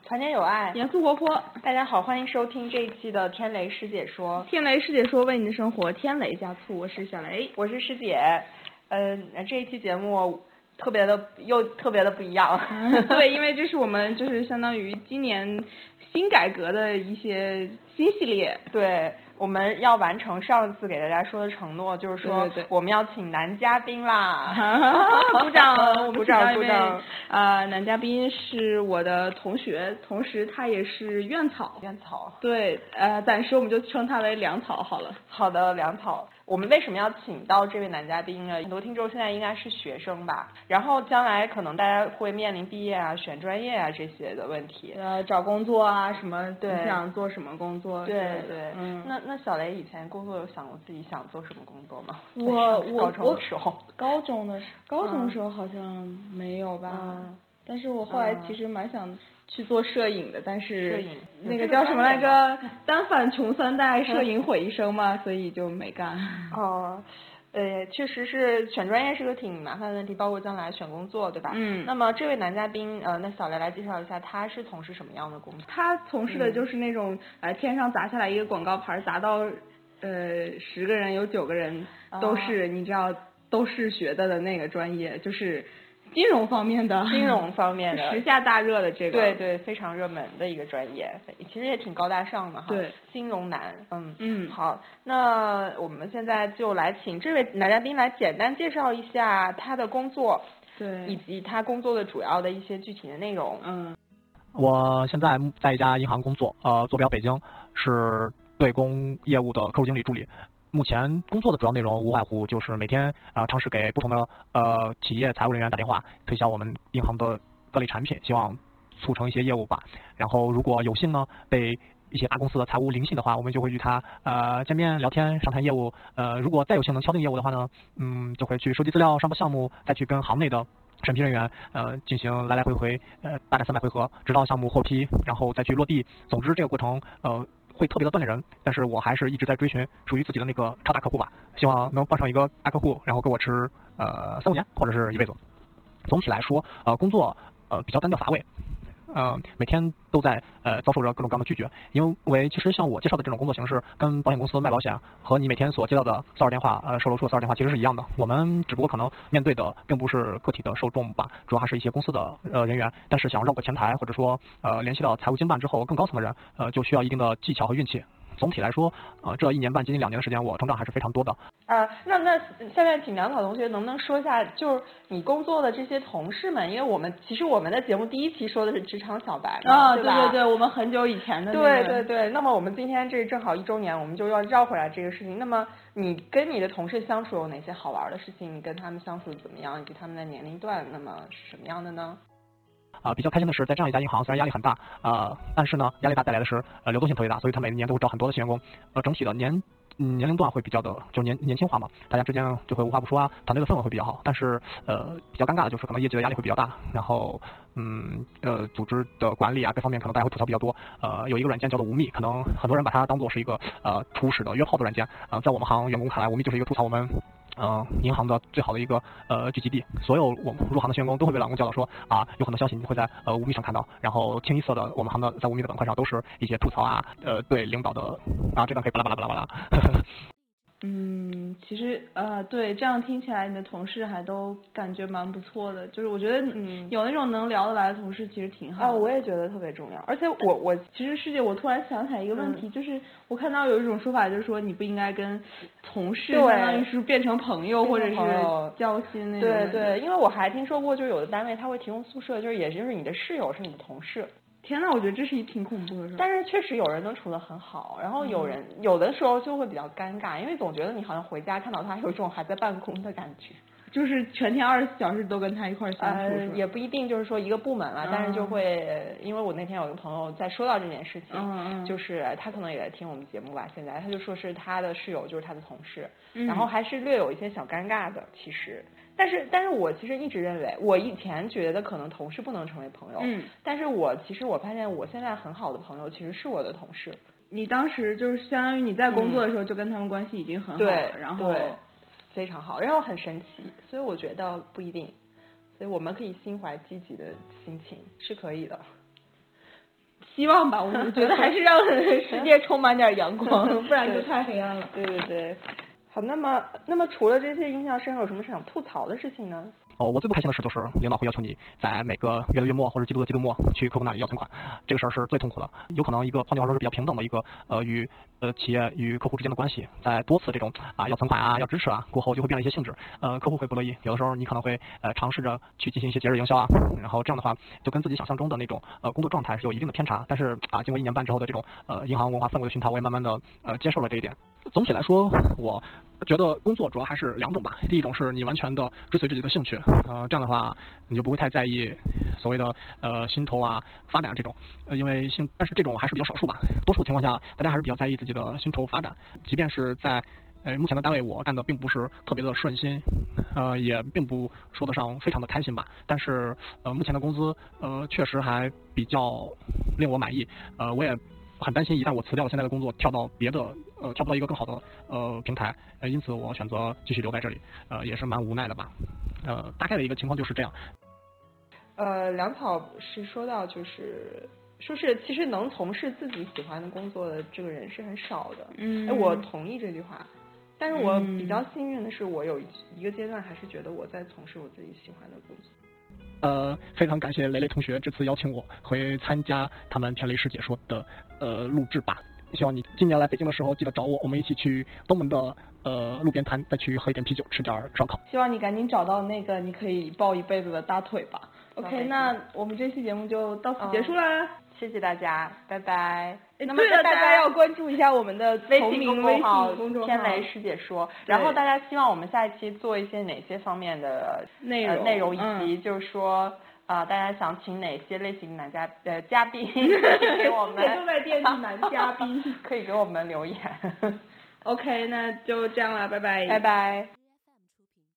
团结友爱， 严肃活泼。 大家好，欢迎收听这一期的天雷师姐说。 天雷师姐说，为你的生活添雷加醋。我是小雷， 我是师姐。这一期节目特别的不一样。 对，因为这是我们就是相当于今年新改革的一些新系列。 对，我们要完成上次给大家说的承诺，就是说我们要请男嘉宾啦。 鼓掌， 鼓掌，鼓掌。 男嘉宾是我的同学，同时他也是院草。对，暂时我们就称他为粮草好了。 好的，粮草。我们为什么要请到这位男嘉宾呢？很多听众现在应该是学生吧，然后将来可能大家会面临毕业啊、选专业啊这些的问题， 找工作啊什么， 对， 你想做什么工作？ 对对，那小雷以前工作有想过自己想做什么工作吗？ 我高中的时候， 高中的时候好像没有吧，但是我后来其实蛮想去做摄影的，但是摄影那个叫什么来着？单反穷三代，摄影毁一生嘛，所以就没干。 哦，确实是选专业是个挺麻烦的问题，包括将来选工作，对吧？ 那么这位男嘉宾，那小雷来介绍一下，他是从事什么样的工作？ 他从事的就是那种天上砸下来一个广告牌，砸到10个人有9个人都是你知道都是学的那个专业，就是金融方面的，时下大热的这个， 对，非常热门的一个专业，其实也挺高大上的哈。 对， 金融男，好，那我们现在就来请这位男嘉宾来简单介绍一下他的工作， 对， 以及他工作的主要的一些具体的内容。 我现在在一家银行工作，坐标北京，是对公业务的客户经理助理。目前工作的主要内容无外乎就是每天尝试给不同的企业财务人员打电话，推销我们银行的各类产品，希望促成一些业务吧。然后如果有幸呢被一些大公司的财务灵性的话，我们就会与他见面聊天，商谈业务。如果再有幸能敲定业务的话呢，就会去收集资料，上报项目，再去跟行内的审批人员进行来来回回大概300回合，直到项目获批，然后再去落地。总之这个过程会特别的锻炼人，但是我还是一直在追寻属于自己的那个超大客户吧，希望能傍上一个大客户，然后跟我吃4-5年或者是一辈子。总体来说工作比较单调乏味，每天都在遭受着各种各样的拒绝，因为其实像我介绍的这种工作形式，跟保险公司卖保险和你每天所接到的骚扰电话、售楼处的骚扰电话其实是一样的。我们只不过可能面对的并不是个体的受众吧，主要还是一些公司的人员。但是想绕过前台，或者说联系到财务经办之后更高层的人，就需要一定的技巧和运气。总体来说，这1年半接近2年的时间，我成长还是非常多的。 那下面请梁草同学能不能说一下，就是你工作的这些同事们，因为其实我们的节目第1期说的是职场小白嘛，对吧？ 对，我们很久以前的对。那么我们今天这正好1周年，我们就要绕回来这个事情。那么你跟你的同事相处有哪些好玩的事情？你跟他们相处怎么样？以及他们的年龄段，那么是什么样的呢？ 比较开心的是，在这样一家银行，虽然压力很大，但是呢，压力大带来的是流动性特别大，所以他每年都会招很多的新员工，整体的年龄段会比较的就年轻化嘛，大家之间就会无话不说啊，团队的氛围会比较好。但是比较尴尬的就是可能业绩的压力会比较大，然后组织的管理啊各方面可能大家会吐槽比较多。有一个软件叫做无密，可能很多人把它当做是一个初始的约炮的软件，在我们行员工看来，无密就是一个吐槽我们银行的最好的一个聚集地，所有我们入行的新员工都会被老公教导说有很多消息你会在无密上看到，然后清一色的我们行的在无密的板块上都是一些吐槽对领导的这段可以巴拉巴拉巴拉巴拉。 其实对，这样听起来你的同事还都感觉蛮不错的，就是我觉得有那种能聊得来的同事其实挺好的。 我也觉得特别重要。而且我其实师姐，我突然想起来一个问题，就是我看到有一种说法，就是说你不应该跟同事相当于是变成朋友或者是交心那种。 对，因为我还听说过，就有的单位他会提供宿舍，也就是你的室友是你的同事。 天呐，我觉得这是挺恐怖的事。 但是确实有人能处得很好，然后有的时候就会比较尴尬，因为总觉得你好像回家看到他有一种还在办公的感觉， 就是全天24小时都跟他一块相处。 也不一定就是说一个部门了，但是就会因为我那天有一个朋友在说到这件事情，就是他可能也在听我们节目吧，现在他就说是他的室友就是他的同事，然后还是略有一些小尴尬的其实。但是我其实一直认为，我以前觉得可能同事不能成为朋友，但是其实我发现我现在很好的朋友其实是我的同事。 你当时就是相当于你在工作的时候就跟他们关系已经很好了，然后非常好，然后很神奇，所以我觉得不一定，所以我们可以心怀积极的心情是可以的。 希望吧，我觉得还是让世界充满点阳光，不然就太黑暗了。 对对对。好，那么除了这些印象深刻，有什么想吐槽的事情呢？ 我最不开心的事就是领导会要求你在每个月的月末或者季度的季度末去客户那里要存款，这个事儿是最痛苦的。有可能一个换句话说是比较平等的一个与企业与客户之间的关系，在多次这种要存款啊要支持啊过后就会变了一些性质，客户会不乐意，有的时候你可能会尝试着去进行一些节日营销啊，然后这样的话就跟自己想象中的那种工作状态是有一定的偏差。但是经过1年半之后的这种银行文化氛围的熏陶，我也慢慢的接受了这一点。总体来说，我觉得工作主要还是2种吧。第一种是你完全的追随自己的兴趣，这样的话你就不会太在意所谓的薪酬啊、发展这种，因为但是这种还是比较少数吧。多数情况下，大家还是比较在意自己的薪酬发展，即便是在目前的单位，我干的并不是特别的顺心，也并不说得上非常的开心吧。但是目前的工资确实还比较令我满意，我也很担心一旦我辞掉了现在的工作，跳到别的跳不到一个更好的平台，因此我选择继续留在这里，也是蛮无奈的吧。大概的一个情况就是这样。 梁草是说到就是说是其实能从事自己喜欢的工作的这个人是很少的。我同意这句话，但是我比较幸运的是，我有一个阶段还是觉得我在从事我自己喜欢的工作。 非常感谢雷雷同学这次邀请我回参加他们田雷师解说的录制吧。希望你今年来北京的时候记得找我，我们一起去东门的路边摊，再去喝一点啤酒，吃点烧烤。 希望你赶紧找到那个你可以抱一辈子的大腿吧。OK， 那我们这期节目就到此结束啦。 谢谢大家，拜拜。 那么大家要关注一下我们的微信公众号 “ 天雷师姐说”，然后大家希望我们下一期做一些哪些方面的内容，以及就是说大家想请哪些类型的嘉宾给我们都在惦记男嘉宾可以给我们留言。 OK， 那就这样了，拜拜， 拜拜。